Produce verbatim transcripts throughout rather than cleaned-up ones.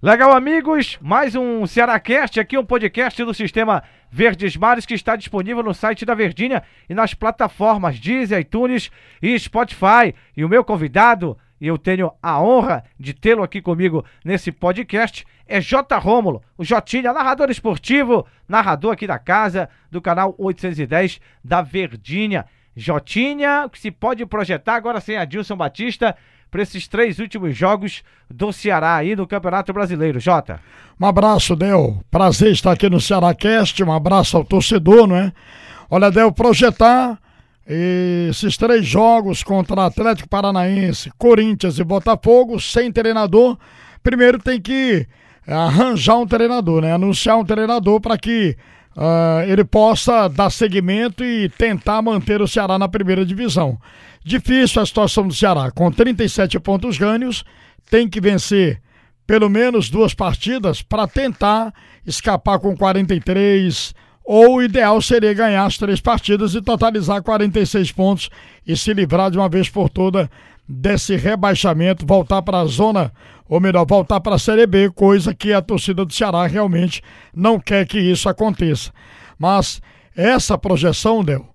Legal, amigos, mais um Cearacast aqui, um podcast do Sistema Verdes Mares que está disponível no site da Verdinha e nas plataformas Deezer, iTunes e Spotify. E o meu convidado, e eu tenho a honra de tê-lo aqui comigo nesse podcast, é J. Rômulo, o Jotinha, narrador esportivo, narrador aqui da casa, do canal oitocentos e dez da Verdinha. Jotinha, que se pode projetar agora sem Adilson Batista para esses três últimos jogos do Ceará aí no Campeonato Brasileiro. Jota. Um abraço, Del. Prazer estar aqui no Cearacast. Um abraço ao torcedor, não é? Olha, Del, projetar esses três jogos contra Atlético Paranaense, Corinthians e Botafogo sem treinador. Primeiro tem que arranjar um treinador, né? Anunciar um treinador para que uh, ele possa dar seguimento e tentar manter o Ceará na primeira divisão. Difícil a situação do Ceará, com trinta e sete pontos ganhos, tem que vencer pelo menos duas partidas para tentar escapar com quarenta e três, ou o ideal seria ganhar as três partidas e totalizar quarenta e seis pontos e se livrar de uma vez por toda desse rebaixamento, voltar para a zona, ou melhor, voltar para a Série B, coisa que a torcida do Ceará realmente não quer que isso aconteça. Mas essa projeção, Del,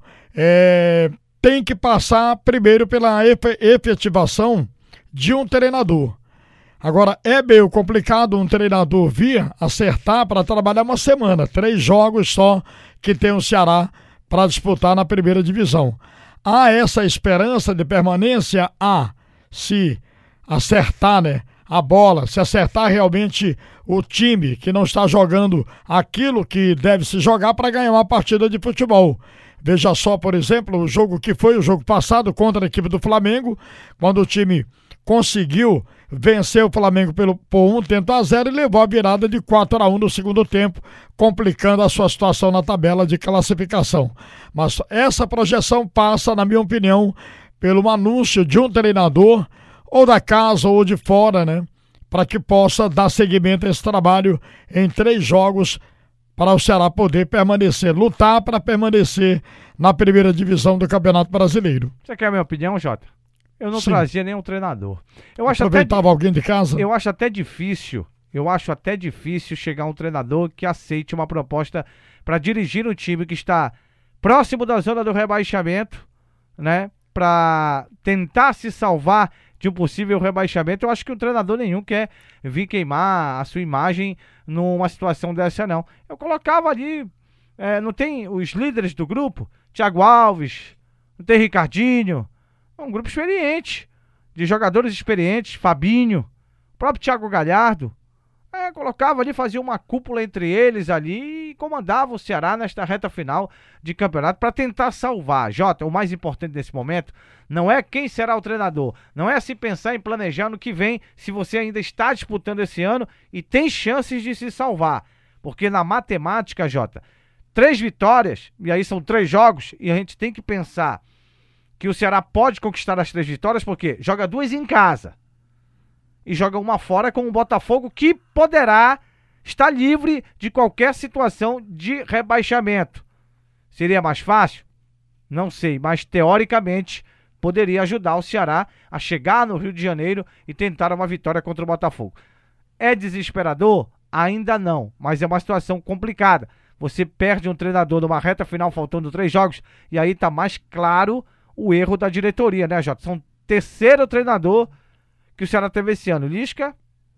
é... tem que passar primeiro pela efetivação de um treinador. Agora, é meio complicado um treinador vir acertar para trabalhar uma semana. Três jogos só que tem o Ceará para disputar na primeira divisão. Há essa esperança de permanência? Há, se acertar, né, a bola, se acertar realmente o time que não está jogando aquilo que deve se jogar para ganhar uma partida de futebol. Veja só, por exemplo, o jogo que foi o jogo passado contra a equipe do Flamengo, quando o time conseguiu vencer o Flamengo pelo, por um tento a zero e levou a virada de quatro a um no segundo tempo, complicando a sua situação na tabela de classificação. Mas essa projeção passa, na minha opinião, pelo anúncio de um treinador, ou da casa ou de fora, né, para que possa dar seguimento a esse trabalho em três jogos, para o Ceará poder permanecer, lutar para permanecer na primeira divisão do Campeonato Brasileiro. Você quer a minha opinião, Jota? Eu não Sim. trazia nenhum treinador. Eu acho Aproveitava até, alguém de casa? Eu acho até difícil, eu acho até difícil chegar um treinador que aceite uma proposta para dirigir um time que está próximo da zona do rebaixamento, né? Para tentar se salvar de um possível rebaixamento. Eu acho que um treinador nenhum quer vir queimar a sua imagem numa situação dessa, não. Eu colocava ali, é, não tem os líderes do grupo, Thiago Alves, não tem Ricardinho, é um grupo experiente, de jogadores experientes, Fabinho, o próprio Thiago Galhardo. É, colocava ali, fazia uma cúpula entre eles ali e comandava o Ceará nesta reta final de campeonato para tentar salvar. Jota, o mais importante nesse momento não é quem será o treinador, não é se pensar em planejar no que vem, se você ainda está disputando esse ano e tem chances de se salvar. Porque na matemática, Jota, três vitórias, e aí são três jogos, e a gente tem que pensar que o Ceará pode conquistar as três vitórias, porque joga duas em casa e joga uma fora com o Botafogo, que poderá estar livre de qualquer situação de rebaixamento. Seria mais fácil? Não sei, mas teoricamente poderia ajudar o Ceará a chegar no Rio de Janeiro e tentar uma vitória contra o Botafogo. É desesperador? Ainda não, mas é uma situação complicada. Você perde um treinador numa reta final faltando três jogos e aí tá mais claro o erro da diretoria, né, Jota? São terceiro treinador que o Ceará teve esse ano. Lisca,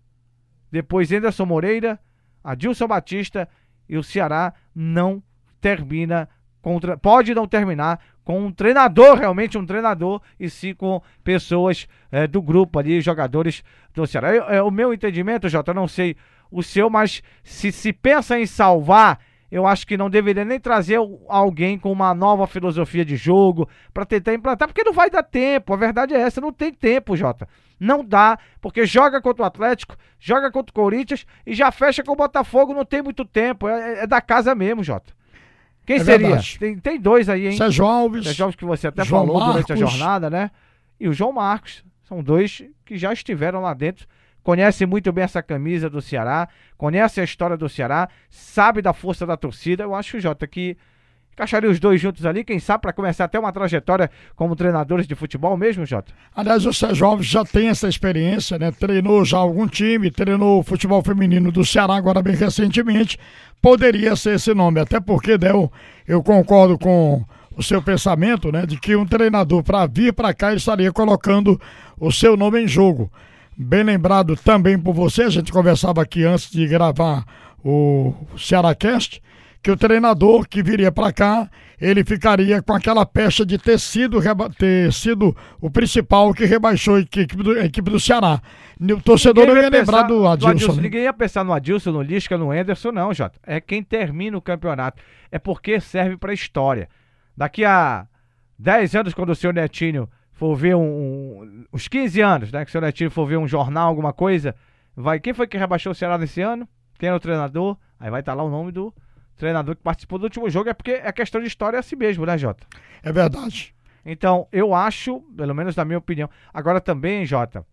depois Anderson Moreira, Adilson Batista, e o Ceará não termina, contra, pode não terminar com um treinador, realmente um treinador, e sim com pessoas é, do grupo ali, jogadores do Ceará. É, é, o meu entendimento, Jota, eu não sei o seu, mas se se pensa em salvar, eu acho que não deveria nem trazer alguém com uma nova filosofia de jogo para tentar implantar, porque não vai dar tempo. A verdade é essa, não tem tempo, Jota. Não dá, porque joga contra o Atlético, joga contra o Corinthians e já fecha com o Botafogo, não tem muito tempo. É, é da casa mesmo, Jota. Quem é seria? Tem, tem dois aí, hein? Sérgio Alves. Sérgio Alves, que você até João falou Marcos. durante a jornada, né? E o João Marcos. São dois que já estiveram lá dentro. Conhece muito bem essa camisa do Ceará, conhece a história do Ceará, sabe da força da torcida. Eu acho, Jota, que Encaixaria os dois juntos ali, quem sabe, para começar até uma trajetória como treinadores de futebol mesmo, Jota? Aliás, o Sérgio Alves já tem essa experiência, né? Treinou já algum time, treinou o futebol feminino do Ceará agora bem recentemente. Poderia ser esse nome, até porque, Del, eu concordo com o seu pensamento, né? De que um treinador para vir para cá, ele estaria colocando o seu nome em jogo. Bem lembrado também por você, a gente conversava aqui antes de gravar o CearáCast, que o treinador que viria para cá, ele ficaria com aquela pecha de ter sido, ter sido o principal que rebaixou a equipe do, a equipe do Ceará. O torcedor não ia lembrar do Adilson. Do Adilson. Ninguém ia pensar no Adilson, no Lisca, no Anderson, não, Jota. É quem termina o campeonato. É porque serve para história. Daqui a dez anos, quando o seu Netinho for ver um, um... uns quinze anos, né? Que o seu Netinho for ver um jornal, alguma coisa, vai... Quem foi que rebaixou o Ceará nesse ano? Quem era o treinador? Aí vai estar lá o nome do treinador que participou do último jogo, é porque é questão de história assim mesmo, né, Jota? É verdade. Então, eu acho, pelo menos na minha opinião, agora também, Jota,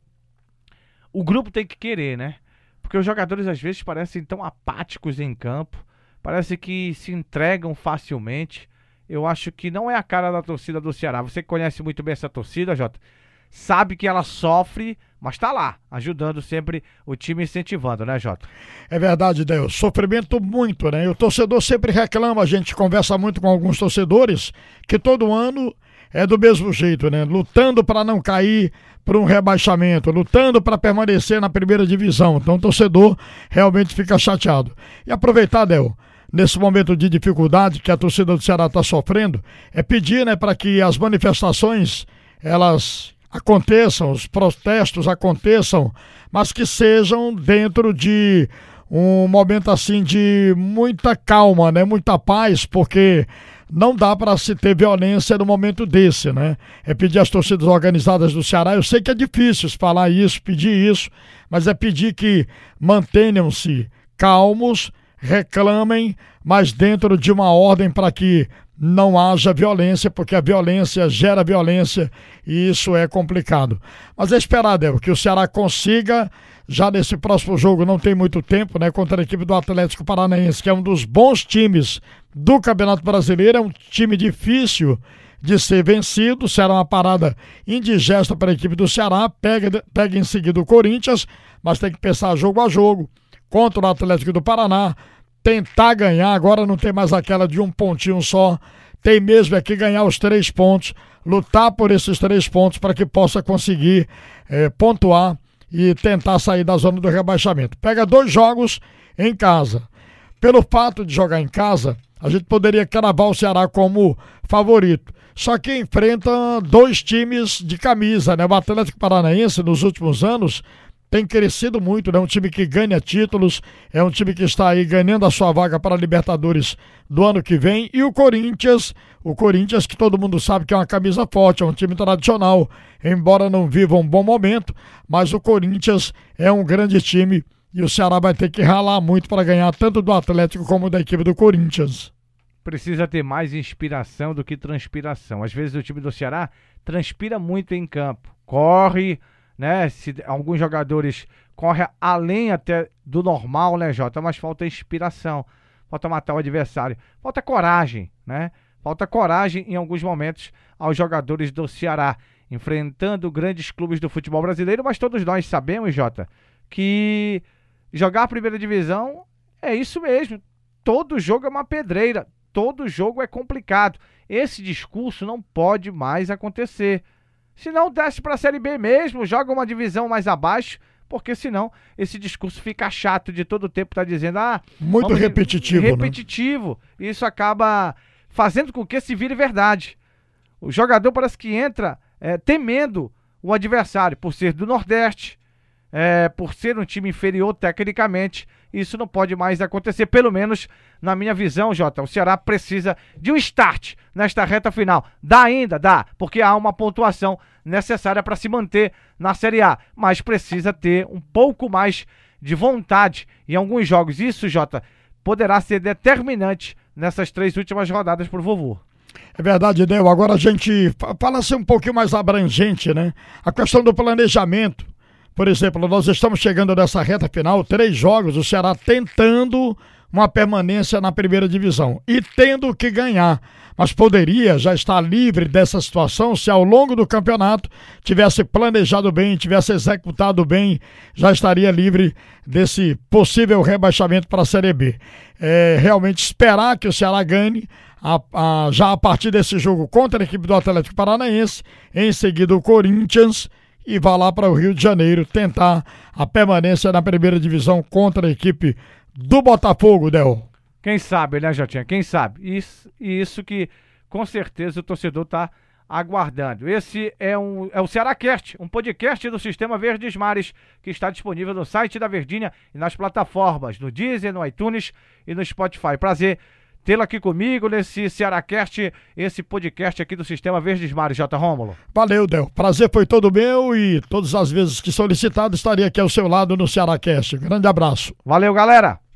o grupo tem que querer, né? Porque os jogadores às vezes parecem tão apáticos em campo, parece que se entregam facilmente. Eu acho que não é a cara da torcida do Ceará. Você que conhece muito bem essa torcida, Jota, sabe que ela sofre, mas tá lá, ajudando sempre o time, incentivando, né, Jota? É verdade, Deus. Sofrimento muito, né? E o torcedor sempre reclama, a gente conversa muito com alguns torcedores, que todo ano é do mesmo jeito, né? Lutando para não cair para um rebaixamento, lutando para permanecer na primeira divisão. Então o torcedor realmente fica chateado. E aproveitar, Del, nesse momento de dificuldade que a torcida do Ceará está sofrendo, é pedir, né, para que as manifestações, elas aconteçam, os protestos aconteçam, mas que sejam dentro de um momento assim de muita calma, né? Muita paz, porque não dá para se ter violência no momento desse, né? É pedir às torcidas organizadas do Ceará, eu sei que é difícil falar isso, pedir isso, mas é pedir que mantenham-se calmos, reclamem, mas dentro de uma ordem para que não haja violência, porque a violência gera violência e isso é complicado. Mas é esperar, Del, que o Ceará consiga, já nesse próximo jogo, não tem muito tempo, né, contra a equipe do Atlético Paranaense, que é um dos bons times do Campeonato Brasileiro, é um time difícil de ser vencido, será uma parada indigesta para a equipe do Ceará, pega, pega em seguida o Corinthians, mas tem que pensar jogo a jogo, contra o Atlético do Paraná, tentar ganhar, agora não tem mais aquela de um pontinho só, tem mesmo é que ganhar os três pontos, lutar por esses três pontos para que possa conseguir é, pontuar e tentar sair da zona do rebaixamento. Pega dois jogos em casa. Pelo fato de jogar em casa, a gente poderia cravar o Ceará como favorito. Só que enfrenta dois times de camisa, né? O Atlético Paranaense nos últimos anos tem crescido muito, né? Um time que ganha títulos, é um time que está aí ganhando a sua vaga para a Libertadores do ano que vem. E o Corinthians, o Corinthians que todo mundo sabe que é uma camisa forte, é um time tradicional, embora não viva um bom momento, mas o Corinthians é um grande time e o Ceará vai ter que ralar muito para ganhar tanto do Atlético como da equipe do Corinthians. Precisa ter mais inspiração do que transpiração. Às vezes o time do Ceará transpira muito em campo, corre, né? Se alguns jogadores correm além até do normal, né, Jota? Mas falta inspiração, falta matar o adversário, falta coragem, né? Falta coragem em alguns momentos aos jogadores do Ceará, enfrentando grandes clubes do futebol brasileiro, mas todos nós sabemos, Jota, que jogar a primeira divisão é isso mesmo. Todo jogo é uma pedreira, todo jogo é complicado. Esse discurso não pode mais acontecer. Se não, desce para a Série B mesmo, joga uma divisão mais abaixo, porque senão esse discurso fica chato de todo o tempo estar tá dizendo, ah... Muito vamos, repetitivo, Repetitivo. Né? Isso acaba fazendo com que se vire verdade. O jogador parece que entra é, temendo o adversário, por ser do Nordeste, é, por ser um time inferior tecnicamente. Isso não pode mais acontecer, pelo menos na minha visão, Jota. O Ceará precisa de um start nesta reta final. Dá ainda? Dá, porque há uma pontuação necessária para se manter na Série A, mas precisa ter um pouco mais de vontade em alguns jogos. Isso, Jota, poderá ser determinante nessas três últimas rodadas para o vovô. É verdade, Nel. Agora a gente fala assim um pouquinho mais abrangente, né? A questão do planejamento. Por exemplo, nós estamos chegando nessa reta final, três jogos, o Ceará tentando uma permanência na primeira divisão e tendo que ganhar. Mas poderia já estar livre dessa situação se ao longo do campeonato tivesse planejado bem, tivesse executado bem, já estaria livre desse possível rebaixamento para a Série B. É realmente esperar que o Ceará ganhe a, a, já a partir desse jogo contra a equipe do Atlético Paranaense, em seguida o Corinthians, e vá lá para o Rio de Janeiro tentar a permanência na primeira divisão contra a equipe do Botafogo, Del. Quem sabe, né, Jotinha? Quem sabe? Isso, isso que com certeza o torcedor está aguardando. Esse é, um, é o CearáCast, um podcast do Sistema Verdes Mares, que está disponível no site da Verdinha e nas plataformas, no Deezer, no iTunes e no Spotify. Prazer tê-lo aqui comigo nesse CearáCast, esse podcast aqui do Sistema Verdes Mares, J. Rômulo. Valeu, Del. Prazer foi todo meu e todas as vezes que solicitado estaria aqui ao seu lado no CearáCast. Grande abraço. Valeu, galera.